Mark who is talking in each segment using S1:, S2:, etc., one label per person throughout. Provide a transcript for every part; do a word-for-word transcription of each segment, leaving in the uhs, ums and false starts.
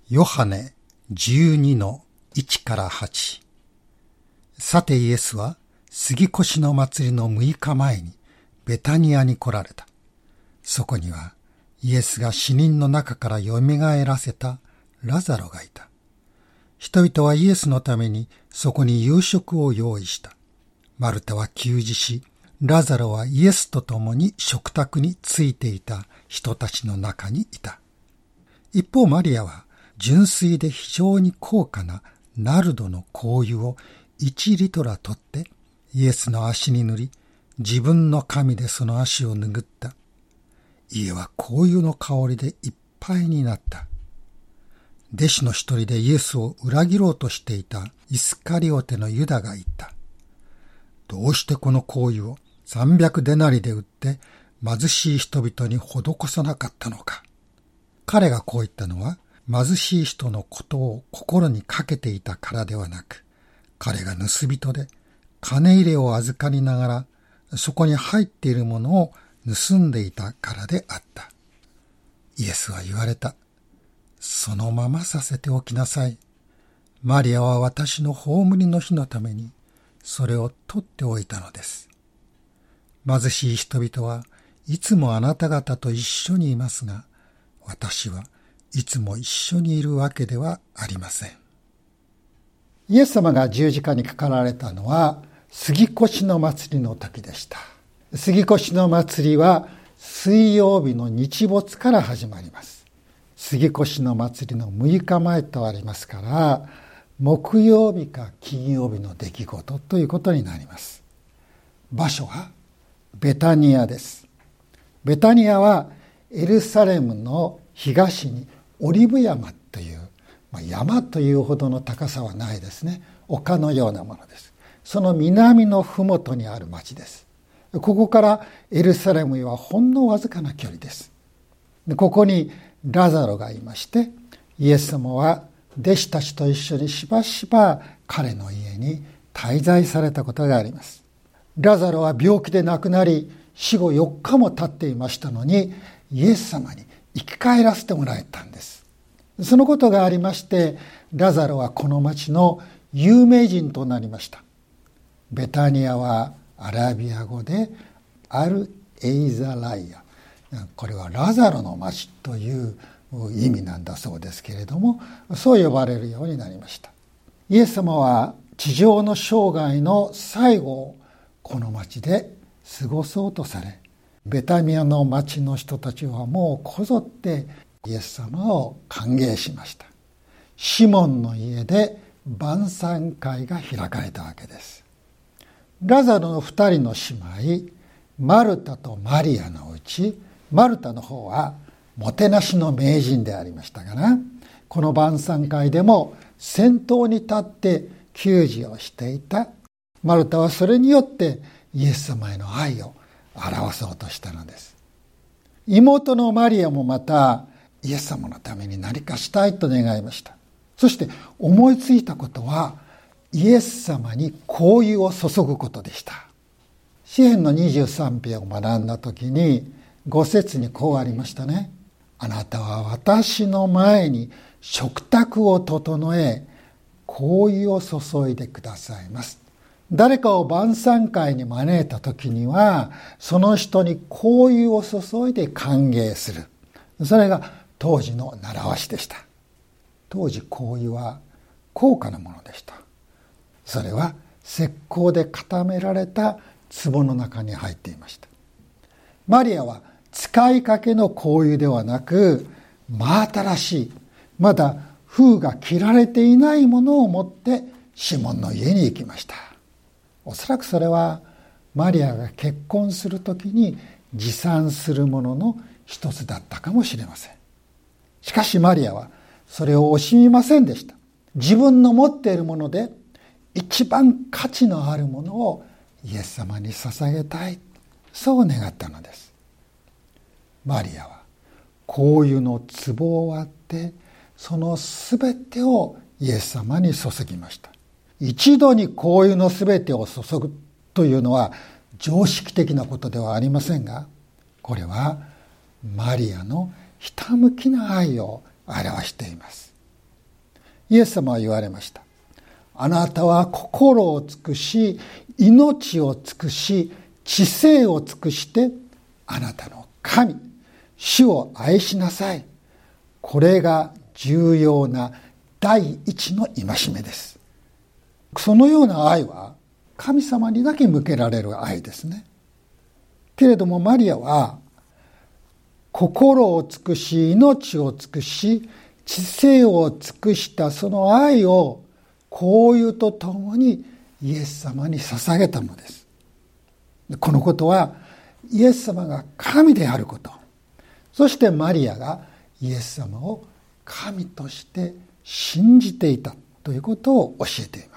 S1: ヨハネじゅうにのいちからはち。さてイエスは杉越の祭りのむいかまえにベタニアに来られた。そこにはイエスが死人の中からよみがえらせたラザロがいた。人々はイエスのためにそこに夕食を用意した。マルタは給仕し、ラザロはイエスと共に食卓についていた人たちの中にいた。一方マリアは純粋で非常に高価なナルドの香油をいちリトラ取ってイエスの足に塗り、自分の髪でその足を拭った。家は香油の香りでいっぱいになった。弟子の一人でイエスを裏切ろうとしていたイスカリオテのユダが言った。どうしてこの香油をさんびゃくデナリで売って貧しい人々に施さなかったのか。彼がこう言ったのは貧しい人のことを心にかけていたからではなく、彼が盗人で金入れを預かりながらそこに入っているものを盗んでいたからであった。イエスは言われた。そのままさせておきなさい。マリアは私の葬りの日のためにそれを取っておいたのです。貧しい人々はいつもあなた方と一緒にいますが、私はいつも一緒にいるわけではありません。イエス様が十字架にかかられたのは杉越の祭りの時でした。杉越の祭りは水曜日の日没から始まります。杉越の祭りのむいかまえとありますから、木曜日か金曜日の出来事ということになります。場所はベタニアです。ベタニアはエルサレムの東にオリブ山という、まあ、山というほどの高さはないですね。丘のようなものです。その南のふもとにある町です。ここからエルサレムへはほんのわずかな距離です。でここにラザロがいまして、イエス様は弟子たちと一緒にしばしば彼の家に滞在されたことがあります。ラザロは病気で亡くなり、死後よっかも経っていましたのに、イエス様に生き返らせてもらえたんです。そのことがありまして、ラザロはこの町の有名人となりました。ベタニアはアラビア語でアルエイザライア、これはラザロの町という意味なんだそうですけれども、そう呼ばれるようになりました。イエス様は地上の生涯の最後をこの町で過ごそうとされ、ベタニアの町の人たちはもうこぞってイエス様を歓迎しました。シモンの家で晩餐会が開かれたわけです。ラザロの二人の姉妹、マルタとマリアのうち、マルタの方はもてなしの名人でありましたがな、この晩餐会でも先頭に立って給仕をしていたマルタは、それによってイエス様への愛を表そうとしたのです。妹のマリアもまたイエス様のために何かしたいと願いました。そして思いついたことは、イエス様に香油を注ぐことでした。詩編のにじゅうさん編を学んだ時にご節にこうありましたね。あなたは私の前に食卓を整え、香油を注いでくださいます。誰かを晩餐会に招いた時には、その人に香油を注いで歓迎する。それが当時の習わしでした。当時香油は高価なものでした。それは石膏で固められた壺の中に入っていました。マリアは使いかけの香油ではなく、真新しい、まだ封が切られていないものを持ってシモンの家に行きました。おそらくそれはマリアが結婚するときに持参するものの一つだったかもしれません。しかしマリアはそれを惜しみませんでした。自分の持っているもので一番価値のあるものをイエス様に捧げたい、そう願ったのです。マリアは香油の壺を割ってそのすべてをイエス様に注ぎました。一度に香油のすべてを注ぐというのは常識的なことではありませんが、これはマリアのひたむきな愛を表しています。 イエス様は言われました。あなたは心を尽くし、命を尽くし、知性を尽くして、あなたの神、主を愛しなさい。これが重要な第一の戒めです。そのような愛は神様にだけ向けられる愛ですね。けれどもマリアは心を尽くし、命を尽くし、知性を尽くしたその愛を交友とともにイエス様に捧げたのです。このことはイエス様が神であること、そしてマリアがイエス様を神として信じていたということを教えています。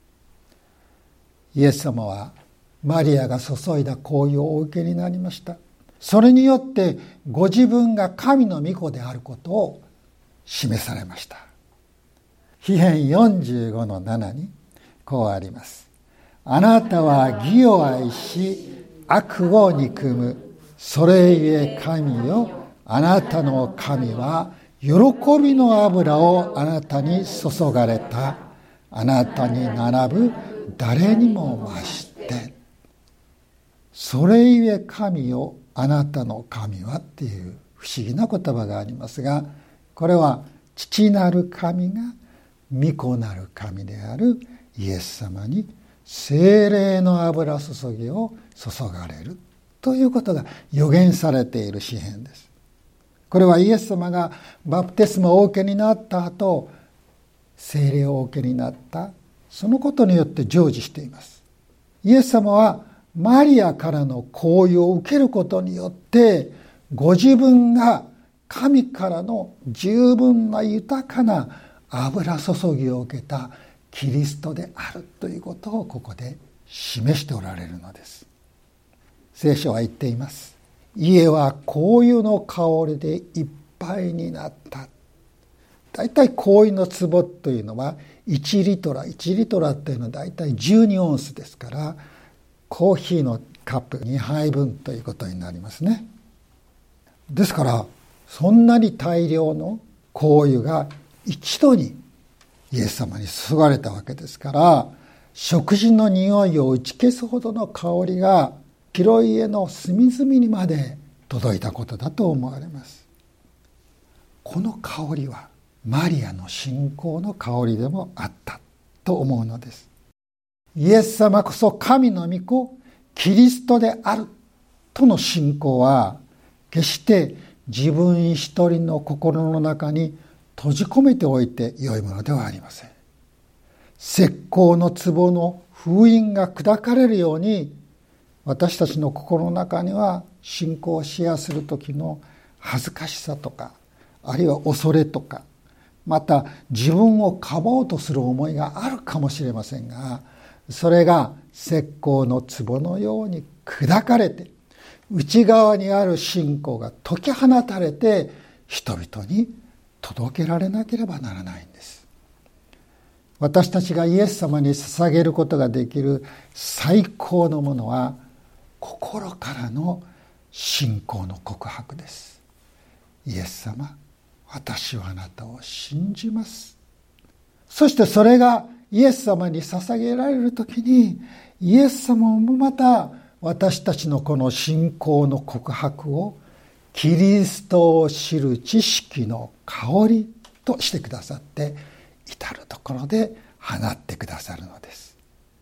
S1: イエス様はマリアが注いだ香油をお受けになりました。それによってご自分が神の御子であることを示されました。詩編よんじゅうごのななにこうあります。あなたは義を愛し悪を憎む。それゆえ神よ、あなたの神は喜びの油をあなたに注がれた。あなたに並ぶ誰にも増して。それゆえ神よ、あなたの神はっていう不思議な言葉がありますが、これは父なる神が御子なる神であるイエス様に聖霊の油注ぎを注がれるということが予言されている詩編です。これはイエス様がバプテスマをお受けになった後、聖霊をお受けになったそのことによって成就しています。イエス様はマリアからの香油を受けることによってご自分が神からの十分な豊かな油注ぎを受けたキリストであるということをここで示しておられるのです。聖書は言っています。家は香油の香りでいっぱいになった。だいたい香油の壺というのはいちリトラ、いちリトラというのはだいたいじゅうにオンスですから、コーヒーのカップにはいぶんということになりますね。ですからそんなに大量の香油が一度にイエス様に注がれたわけですから、食事の匂いを打ち消すほどの香りが広い家の隅々にまで届いたことだと思われます。この香りはマリアの信仰の香りでもあったと思うのです。イエス様こそ神の御子キリストであるとの信仰は決して自分一人の心の中に閉じ込めておいてよいものではありません。石膏の壺の封印が砕かれるように、私たちの心の中には信仰をシェアする時の恥ずかしさとか、あるいは恐れとか、また自分をかばおうとする思いがあるかもしれませんが、それが石膏の壺のように砕かれて、内側にある信仰が解き放たれて人々に届けられなければならないんです。私たちがイエス様に捧げることができる最高のものは心からの信仰の告白です。イエス様、私はあなたを信じます。そしてそれがイエス様に捧げられるときに、イエス様もまた私たちのこの信仰の告白をキリストを知る知識の香りとしてくださって、至るところで放ってくださるのです。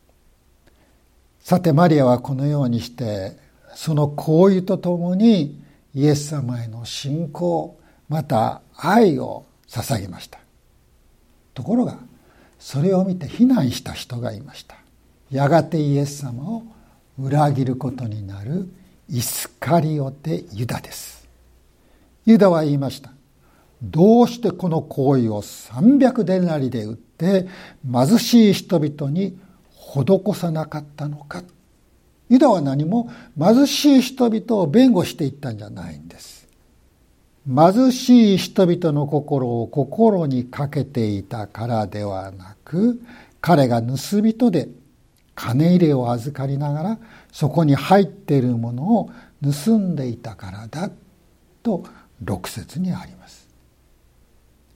S1: さてマリアはこのようにしてその香油とともにイエス様への信仰、また愛を捧げました。ところがそれを見て非難した人がいました。やがてイエス様を裏切ることになるイスカリオテユダです。ユダは言いました。どうしてこの香油をさんびゃくデナリで売って貧しい人々に施さなかったのか。ユダは何も貧しい人々を弁護していったんじゃないんです。貧しい人々の心を心にかけていたからではなく、彼が盗人で金入れを預かりながらそこに入っているものを盗んでいたからだとろく節にあります。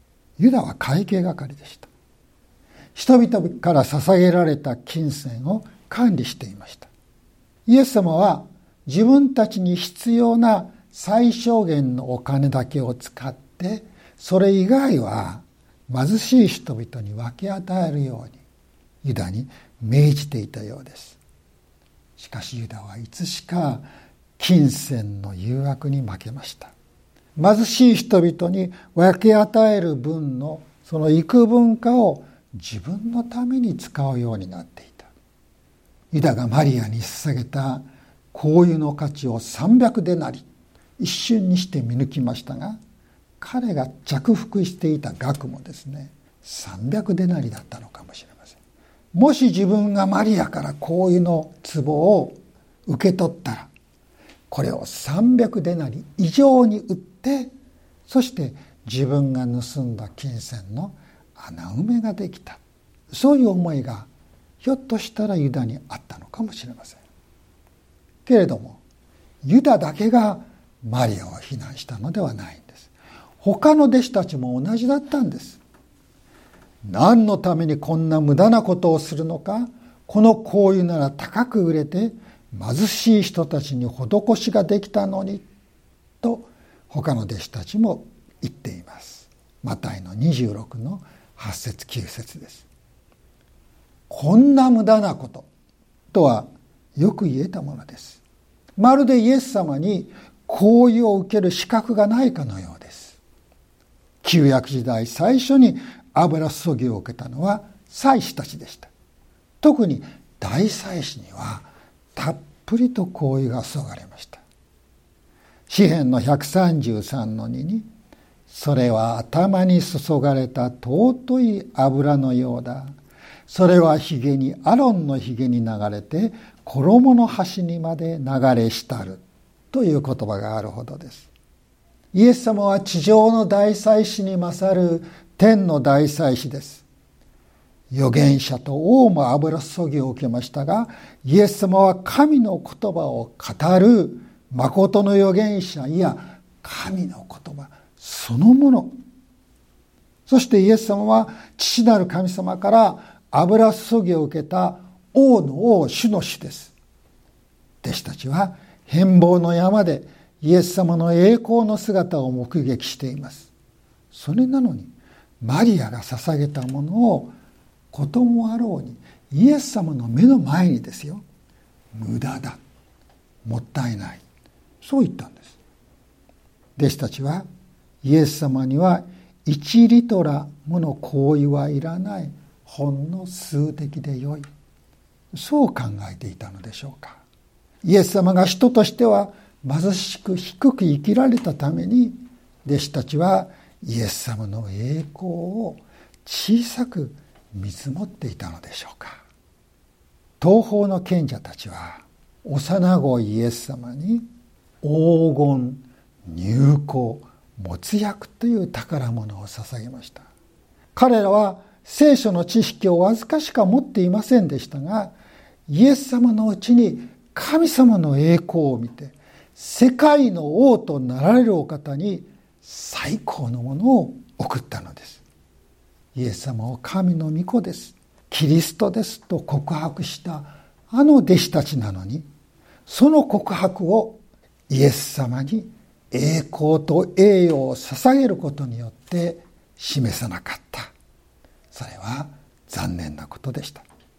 S1: ユダは会計係でした。人々から捧げられた金銭を管理していました。イエス様は自分たちに必要な最小限のお金だけを使って、それ以外は貧しい人々に分け与えるようにユダに命じていたようです。しかしユダはいつしか金銭の誘惑に負けました。貧しい人々に分け与える分のその幾分かを自分のために使うようになっていた。ユダがマリアに捧げた香油の価値をさんびゃくデナリ、一瞬にして見抜きましたが、彼が着服していた額もですね、さんびゃくデナリだったのかもしれません。もし自分がマリアから香油の壺を受け取ったら、これをさんびゃくデナリ以上に売って、そして自分が盗んだ金銭の穴埋めができた。そういう思いがひょっとしたらユダにあったのかもしれません。けれどもユダだけがマリアを非難したのではないんです。他の弟子たちも同じだったんです。何のためにこんな無駄なことをするのか。この香油なら高く売れて貧しい人たちに施しができたのにと他の弟子たちも言っています。マタイのにじゅうろくのはち節きゅう節です。こんな無駄なこととはよく言えたものです。まるでイエス様に香油を受ける資格がないかのようです。旧約時代最初に油注ぎを受けたのは祭司たちでした。特に大祭司にはたっぷりと香油が注がれました。詩編のひゃくさんじゅうさんのにに、それは頭に注がれた尊い油のようだ。それはひげに、アロンのひげに流れて、衣の端にまで流れしたるという言葉があるほどです。イエス様は地上の大祭司に勝る天の大祭司です。預言者と王も油注ぎを受けましたが、イエス様は神の言葉を語る誠の預言者、いや神の言葉そのもの。そしてイエス様は父なる神様から油注ぎを受けた王の王、主の主です。弟子たちは変貌の山でイエス様の栄光の姿を目撃しています。それなのにマリアが捧げたものをこともあろうにイエス様の目の前にですよ、無駄だ、もったいない、そう言ったんです。弟子たちはイエス様にはいちリトラもの香油はいらない、ほんの数滴でよい、そう考えていたのでしょうか。イエス様が人としては貧しく低く生きられたために、弟子たちはイエス様の栄光を小さく見積もっていたのでしょうか。東方の賢者たちは幼子イエス様に黄金、乳香、没薬という宝物を捧げました。彼らは聖書の知識をわずかしか持っていませんでしたが、イエス様のうちに神様の栄光を見て、世界の王となられるお方に最高のものを送ったのです。イエス様を神の御子です、キリストですと告白したあの弟子たちなのに、その告白をイエス様に栄光と栄誉を捧げることによって示さなかった。それは残念なことでした。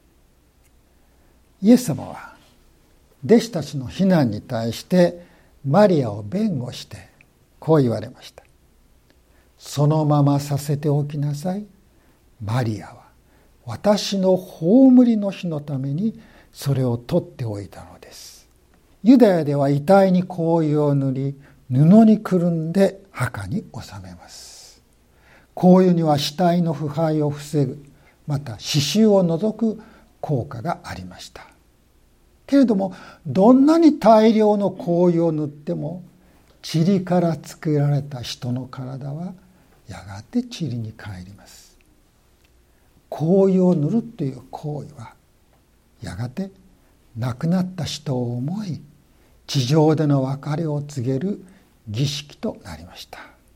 S1: イエス様は弟子たちの非難に対してマリアを弁護してこう言われました。そのままさせておきなさい。マリアは私の葬りの日のためにそれを取っておいたのです。ユダヤでは遺体に香油を塗り、布にくるんで墓に納めます。香油には死体の腐敗を防ぐ、また死臭を除く効果がありました。けれども、どんなに大量の香油を塗っても、塵から作られた人の体はやがて塵に帰ります。香油を塗るという行為は、やがて亡くなった人を思い、地上での別れを告げる儀式となりました。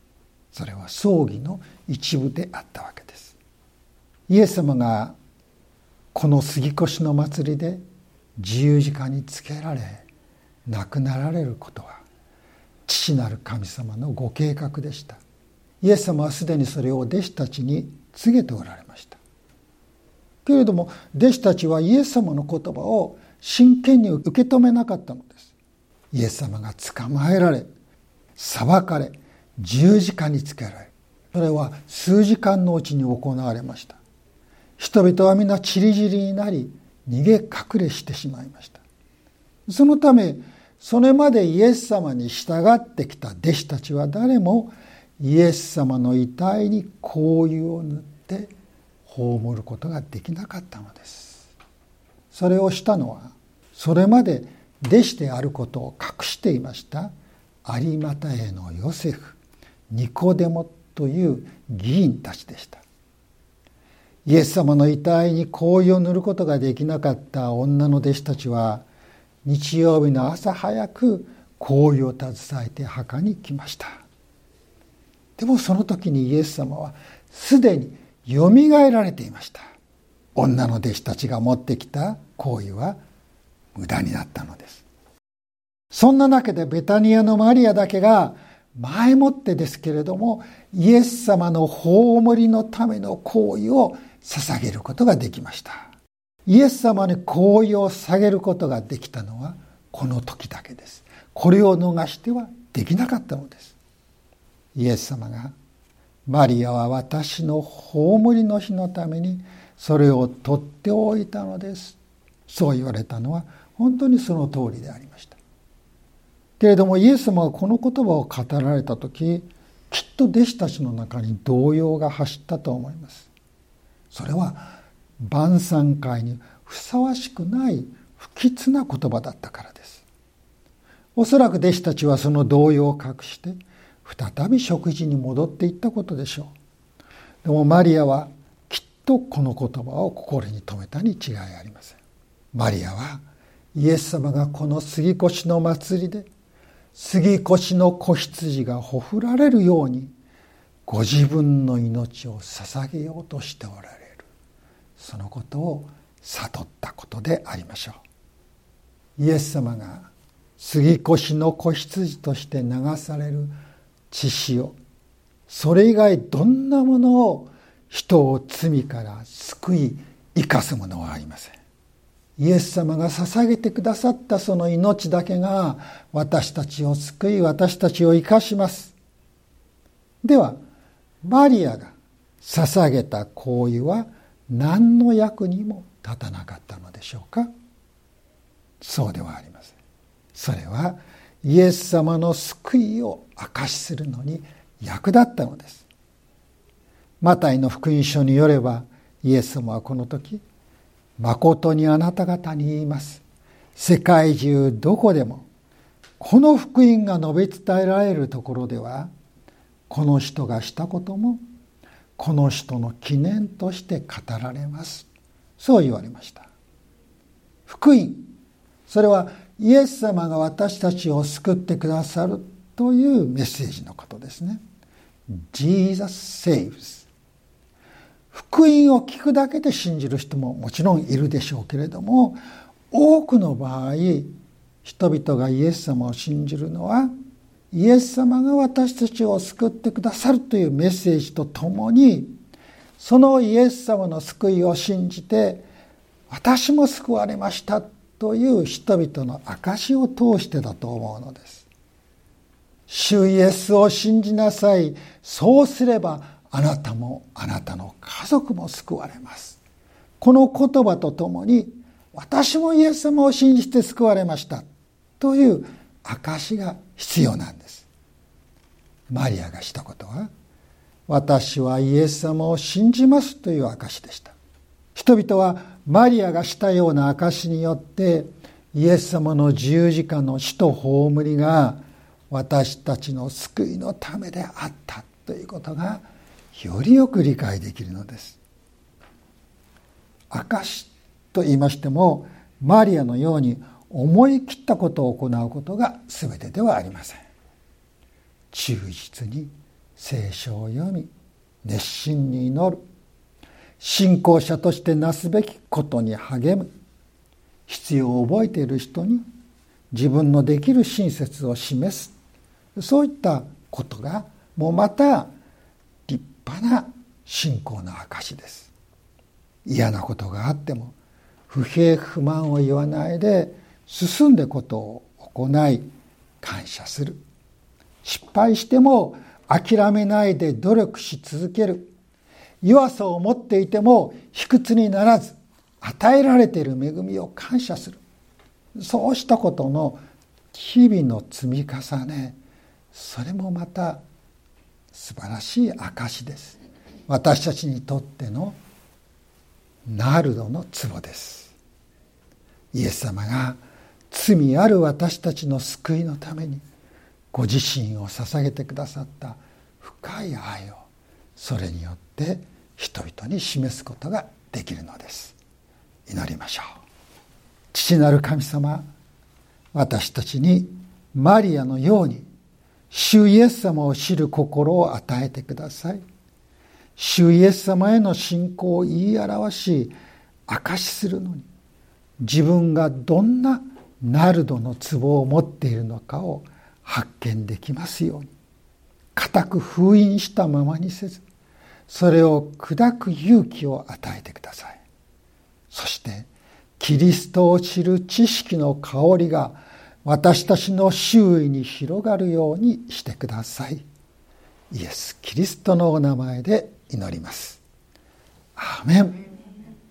S1: それは葬儀の一部であったわけです。イエス様がこの杉越の祭りで十字架につけられ亡くなられることは父なる神様のご計画でした。イエス様はすでにそれを弟子たちに告げておられました。けれども弟子たちはイエス様の言葉を真剣に受け止めなかったのです。イエス様が捕まえられ、裁かれ、十字架につけられ、それは数時間のうちに行われました。人々は皆散り散りになり、逃げ隠れしてしまいました。そのため、それまでイエス様に従ってきた弟子たちは誰もイエス様の遺体に香油を塗って葬ることができなかったのです。それをしたのは、それまで弟子であることを隠していました有馬太へのヨセフ、ニコデモという議員たちでした。イエス様の遺体に香油を塗ることができなかった女の弟子たちは、日曜日の朝早く香油を携えて墓に来ました。でもその時にイエス様はすでによみがえられていました。女の弟子たちが持ってきた香油は無駄になったのです。そんな中でベタニアのマリアだけが前もってですけれども、イエス様の葬りのための香油を捧げることができました。イエス様に香油を捧げることができたのはこの時だけです。これを逃してはできなかったのです。イエス様が、マリアは私の葬りの日のためにそれを取っておいたのです、そう言われたのは本当にその通りでありました。けれどもイエス様がこの言葉を語られた時、きっと弟子たちの中に動揺が走ったと思います。それは晩餐会にふさわしくない不吉な言葉だったからです。おそらく弟子たちはその動揺を隠して再び食事に戻っていったことでしょう。でもマリアはきっとこの言葉を心に留めたに違いありません。マリアはイエス様がこの杉越の祭りで杉越の子羊がほふられるようにご自分の命を捧げようとしておられる、そのことを悟ったことでありましょう。イエス様が杉越の子羊として流される血潮、それ以外どんなものを人を罪から救い生かすものはありません。イエス様が捧げてくださったその命だけが私たちを救い、私たちを生かします。ではマリアが捧げた香油は何の役にも立たなかったのでしょうか。そうではありません。それはイエス様の救いを証しするのに役立ったのです。マタイの福音書によれば、イエス様はこの時、誠にあなた方に言います。世界中どこでもこの福音が述べ伝えられるところでは、この人がしたこともこの人の記念として語られます、そう言われました。福音、それはイエス様が私たちを救ってくださるというメッセージのことですね。 Jesus saves。 福音を聞くだけで信じる人ももちろんいるでしょうけれども、多くの場合人々がイエス様を信じるのは、イエス様が私たちを救ってくださるというメッセージとともに、そのイエス様の救いを信じて私も救われましたという人々の証を通してだと思うのです。主イエスを信じなさい、そうすればあなたもあなたの家族も救われます。この言葉とともに、私もイエス様を信じて救われましたという証が必要なんです。マリアがしたことは、私はイエス様を信じますという証でした。人々はマリアがしたような証によって、イエス様の十字架の死と葬りが私たちの救いのためであったということがよりよく理解できるのです。証と言いましても、マリアのように思い切ったことを行うことが全てではありません。忠実に聖書を読み、熱心に祈る。信仰者としてなすべきことに励む。必要を覚えている人に自分のできる親切を示す。そういったことがもうまた立派な信仰の証です。嫌なことがあっても不平不満を言わないで進んでことを行い感謝する。失敗しても諦めないで努力し続ける。弱さを持っていても卑屈にならず与えられている恵みを感謝する。そうしたことの日々の積み重ね、それもまた素晴らしい証です。私たちにとってのナルドの壺です。イエス様が罪ある私たちの救いのためにご自身を捧げてくださった深い愛を、それによって人々に示すことができるのです。祈りましょう。父なる神様、私たちにマリアのように主イエス様を知る心を与えてください。主イエス様への信仰を言い表し証しするのに、自分がどんなナルドの壺を持っているのかを発見できますように、固く封印したままにせず、それを砕く勇気を与えてください。そしてキリストを知る知識の香りが私たちの周囲に広がるようにしてください。イエス・キリストのお名前で祈ります。アーメン。